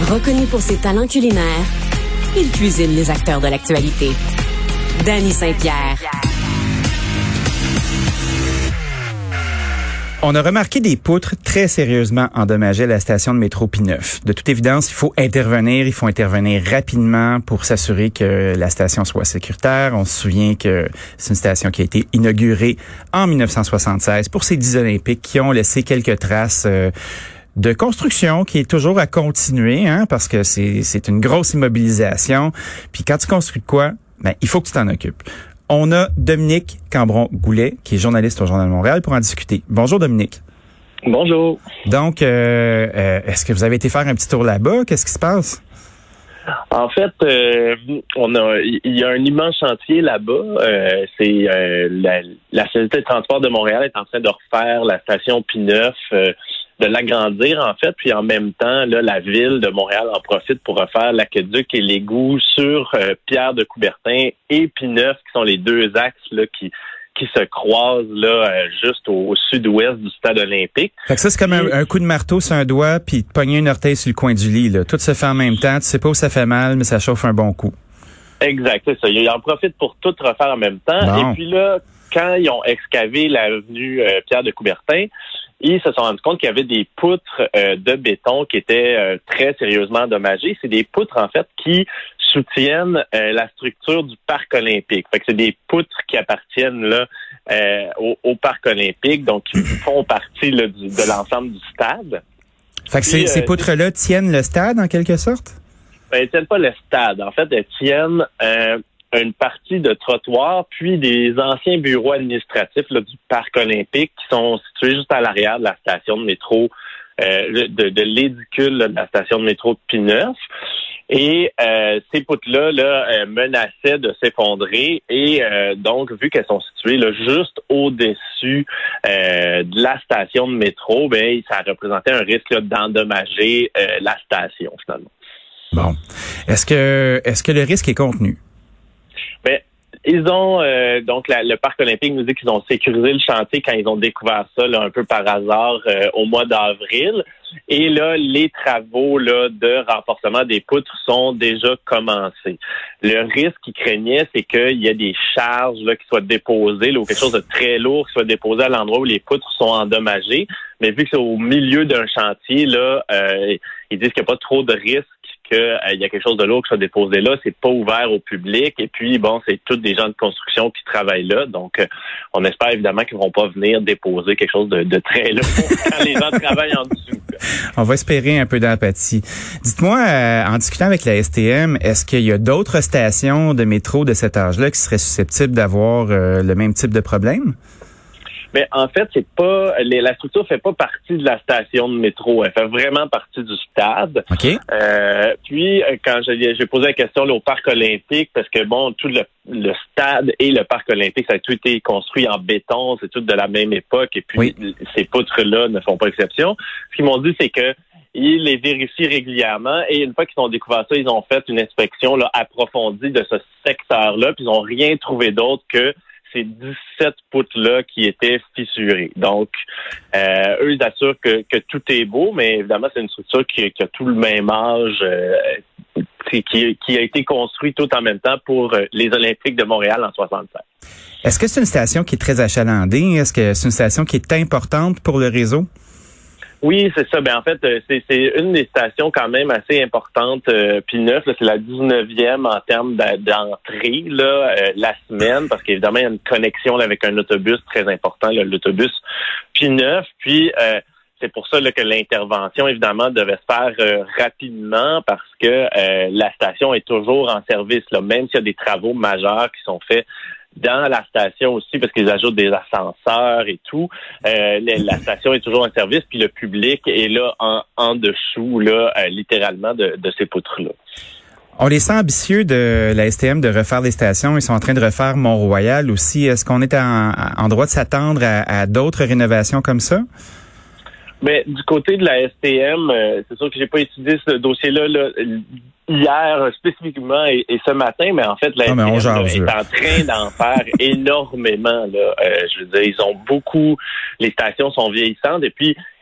Reconnu pour ses talents culinaires, il cuisine les acteurs de l'actualité. Danny Saint-Pierre. On a remarqué des poutres très sérieusement endommagées à la station de métro P9. De toute évidence, il faut intervenir rapidement pour s'assurer que la station soit sécuritaire. On se souvient que c'est une station qui a été inaugurée en 1976 pour ces 10 Olympiques qui ont laissé quelques traces de construction qui est toujours à continuer, parce que c'est une grosse immobilisation. Puis quand tu construis de quoi, il faut que tu t'en occupes. On a Dominique Cambron-Goulet, qui est journaliste au Journal de Montréal, pour en discuter. Bonjour, Dominique. Bonjour. Donc, est-ce que vous avez été faire un petit tour là-bas? Qu'est-ce qui se passe? En fait, il y a un immense chantier là-bas. La Société de transport de Montréal est en train de refaire la station P9, de l'agrandir en fait, puis en même temps, là, la ville de Montréal en profite pour refaire l'aqueduc et l'égout sur Pierre de Coubertin et P9, qui sont les deux axes là qui se croisent là juste au sud-ouest du stade olympique. Fait que ça, c'est comme un coup de marteau sur un doigt, puis de pogner une orteil sur le coin du lit. Là. Tout se fait en même temps. Tu sais pas où ça fait mal, mais ça chauffe un bon coup. Exact, c'est ça. Ils en profitent pour tout refaire en même temps. Bon. Et puis là, quand ils ont excavé l'avenue Pierre de Coubertin, ils se sont rendus compte qu'il y avait des poutres de béton qui étaient très sérieusement endommagées. C'est des poutres, en fait, qui soutiennent la structure du parc olympique. Fait que c'est des poutres qui appartiennent là au parc olympique, donc qui font partie là, de l'ensemble du stade. Fait que ces poutres-là tiennent le stade, en quelque sorte? Elles tiennent pas le stade. En fait, elles tiennent une partie de trottoir, puis des anciens bureaux administratifs là, du parc olympique qui sont situés juste à l'arrière de la station de métro, de l'édicule de la station de métro de P9. Et ces poutres-là menaçaient de s'effondrer et donc, vu qu'elles sont situées là, juste au-dessus de la station de métro, ça représentait un risque là, d'endommager la station, finalement. Bon. Est-ce que le risque est contenu? Ils ont donc le parc olympique nous dit qu'ils ont sécurisé le chantier quand ils ont découvert ça là, un peu par hasard au mois d'avril. Et là, les travaux là de renforcement des poutres sont déjà commencés. Le risque qu'ils craignaient, c'est qu'il y a des charges là qui soient déposées là, ou quelque chose de très lourd qui soit déposé à l'endroit où les poutres sont endommagées. Mais vu que c'est au milieu d'un chantier, là, ils disent qu'il n'y a pas trop de risque qu'il y a quelque chose de lourd qui soit déposé là, c'est pas ouvert au public. Et puis, c'est tous des gens de construction qui travaillent là. Donc, on espère évidemment qu'ils vont pas venir déposer quelque chose de très lourd quand les gens travaillent en dessous. On va espérer un peu d'empathie. Dites-moi, en discutant avec la STM, est-ce qu'il y a d'autres stations de métro de cet âge-là qui seraient susceptibles d'avoir le même type de problème? Mais en fait, c'est pas la structure fait pas partie de la station de métro. Elle fait vraiment partie du stade. Okay. Puis quand j'ai posé la question là, au parc olympique, parce que tout le stade et le parc olympique, ça a tout été construit en béton, c'est tout de la même époque, et puis ces poutres-là ne font pas exception. Ce qu'ils m'ont dit, c'est que ils les vérifient régulièrement et une fois qu'ils ont découvert ça, ils ont fait une inspection là, approfondie de ce secteur-là, puis ils n'ont rien trouvé d'autre que ces 17 poutres-là qui étaient fissurées. Donc, eux, ils assurent que tout est beau, mais évidemment, c'est une structure qui a tout le même âge, qui a été construite tout en même temps pour les Olympiques de Montréal en 1967. Est-ce que c'est une station qui est très achalandée? Est-ce que c'est une station qui est importante pour le réseau? Oui, c'est ça. En fait, c'est une des stations quand même assez importantes. P9, c'est la 19e en termes d'entrée la semaine, parce qu'évidemment, il y a une connexion là, avec un autobus très important, l'autobus P9. Puis, c'est pour ça là, que l'intervention, évidemment, devait se faire rapidement parce que la station est toujours en service, là, même s'il y a des travaux majeurs qui sont faits dans la station aussi, parce qu'ils ajoutent des ascenseurs et tout. La station est toujours en service, puis le public est là en dessous, là, littéralement, de ces poutres-là. On les sent ambitieux de la STM de refaire les stations. Ils sont en train de refaire Mont-Royal aussi. Est-ce qu'on est en droit de s'attendre à d'autres rénovations comme ça? Mais du côté de la STM, c'est sûr que j'ai pas étudié ce dossier-là hier spécifiquement et ce matin, mais en fait, la STM est en train d'en faire énormément. Je veux dire, ils ont beaucoup, les stations sont vieillissantes et puis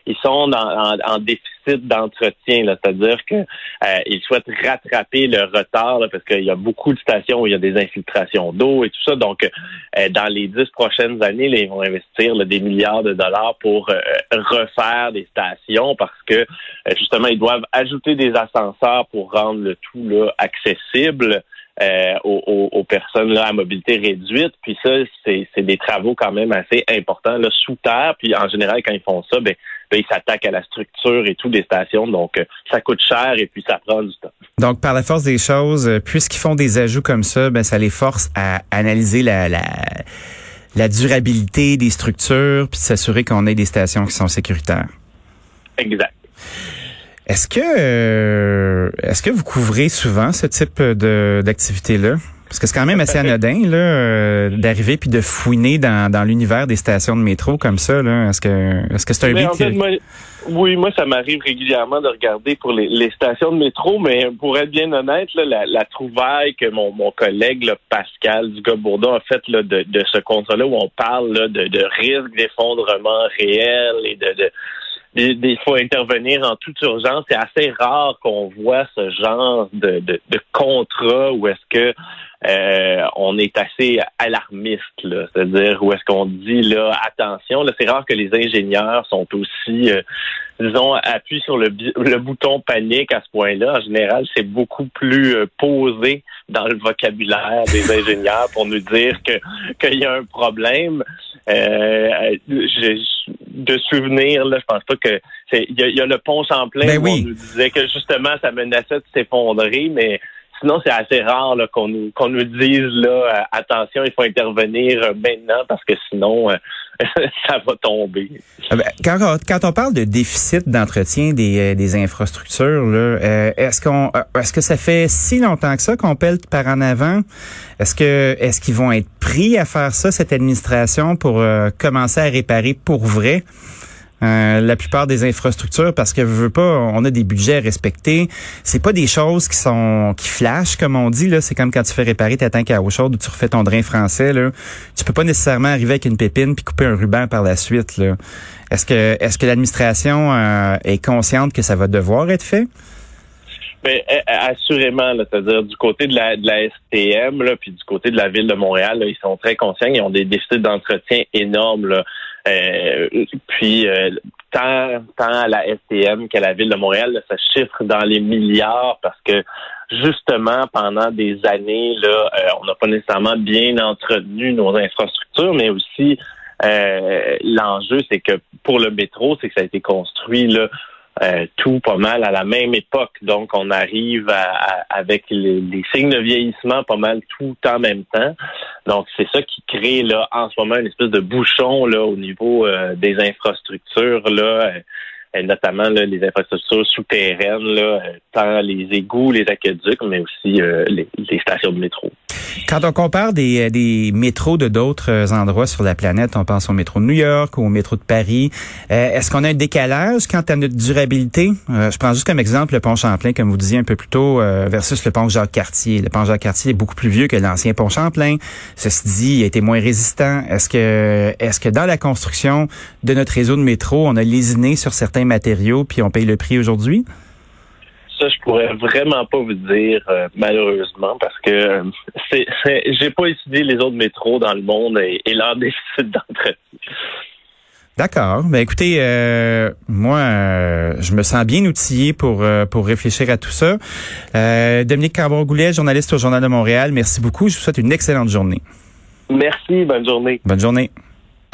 ils sont en déficit d'entretien, là, c'est-à-dire que ils souhaitent rattraper le retard là, parce qu'il y a beaucoup de stations où il y a des infiltrations d'eau et tout ça. Donc, dans les 10 prochaines années, là, ils vont investir là, des milliards de dollars pour refaire des stations parce que justement, ils doivent ajouter des ascenseurs pour rendre le tout là accessible. Aux personnes là à mobilité réduite, puis ça c'est des travaux quand même assez importants là sous terre, puis en général quand ils font ça, ben ils s'attaquent à la structure et tout des stations, donc ça coûte cher et puis ça prend du temps. Donc par la force des choses, puisqu'ils font des ajouts comme ça, ben ça les force à analyser la durabilité des structures puis s'assurer qu'on ait des stations qui sont sécuritaires. Exact. Est-ce que vous couvrez souvent ce type d'activité-là? Parce que c'est quand même assez anodin là d'arriver puis de fouiner dans l'univers des stations de métro comme ça. Là. Est-ce que c'est un beat? En fait, moi, ça m'arrive régulièrement de regarder pour les stations de métro, mais pour être bien honnête, là, la trouvaille que mon collègue là, Pascal Dugas-Bourdon a faite là, de ce contrat-là où on parle là, de risque d'effondrement réel et il faut intervenir en toute urgence. C'est assez rare qu'on voit ce genre de contrat où est-ce que on est assez alarmiste, là. C'est-à-dire où est-ce qu'on dit là attention, là, c'est rare que les ingénieurs sont aussi disons, appuient sur le bouton panique à ce point-là. En général, c'est beaucoup plus posé dans le vocabulaire des ingénieurs pour nous dire qu'il y a un problème. De souvenir, là, je pense pas que il y a le pont Champlain où on nous disait que justement ça menaçait de s'effondrer, mais sinon c'est assez rare là, qu'on nous dise là attention, il faut intervenir maintenant parce que sinon ça va tomber. Quand on parle de déficit d'entretien des infrastructures là, est-ce que ça fait si longtemps que ça qu'on pèle par en avant? Est-ce qu'ils vont être pris à faire ça, cette administration, pour commencer à réparer pour vrai la plupart des infrastructures, parce que veut pas, on a des budgets à respecter. C'est pas des choses qui flashent, comme on dit, là. C'est comme quand tu fais réparer ta tank à eau chaude ou tu refais ton drain français, là. Tu peux pas nécessairement arriver avec une pépine puis couper un ruban par la suite, là. Est-ce que l'administration est consciente que ça va devoir être fait? Mais assurément, là, c'est-à-dire du côté de la STM, là, puis du côté de la Ville de Montréal, là, ils sont très conscients, ils ont des déficits d'entretien énormes, là. Puis tant à la STM qu'à la Ville de Montréal, là, ça chiffre dans les milliards parce que justement pendant des années, là, on n'a pas nécessairement bien entretenu nos infrastructures, mais aussi l'enjeu, c'est que pour le métro, c'est que ça a été construit là. Tout pas mal à la même époque. Donc, on arrive avec les signes de vieillissement pas mal tout en même temps. Donc, c'est ça qui crée là en ce moment une espèce de bouchon là au niveau des infrastructures là, notamment là, les infrastructures souterraines là, tant les égouts, les aqueducs, mais aussi les stations de métro. Quand on compare des métros de d'autres endroits sur la planète, on pense au métro de New York ou au métro de Paris, est-ce qu'on a un décalage quant à notre durabilité? Je prends juste comme exemple le pont Champlain, comme vous disiez un peu plus tôt, versus le pont Jacques-Cartier. Le pont Jacques-Cartier est beaucoup plus vieux que l'ancien pont Champlain. Ceci dit, il a été moins résistant. Est-ce que dans la construction de notre réseau de métro, on a lésiné sur certains matériaux puis on paye le prix aujourd'hui? Ça, je pourrais vraiment pas vous dire, malheureusement, parce que j'ai pas étudié les autres métros dans le monde et leur déficit d'entretien. D'accord. Ben écoutez, moi, je me sens bien outillé pour réfléchir à tout ça. Dominique Caron-Goulet, journaliste au Journal de Montréal, merci beaucoup. Je vous souhaite une excellente journée. Merci, bonne journée. Bonne journée.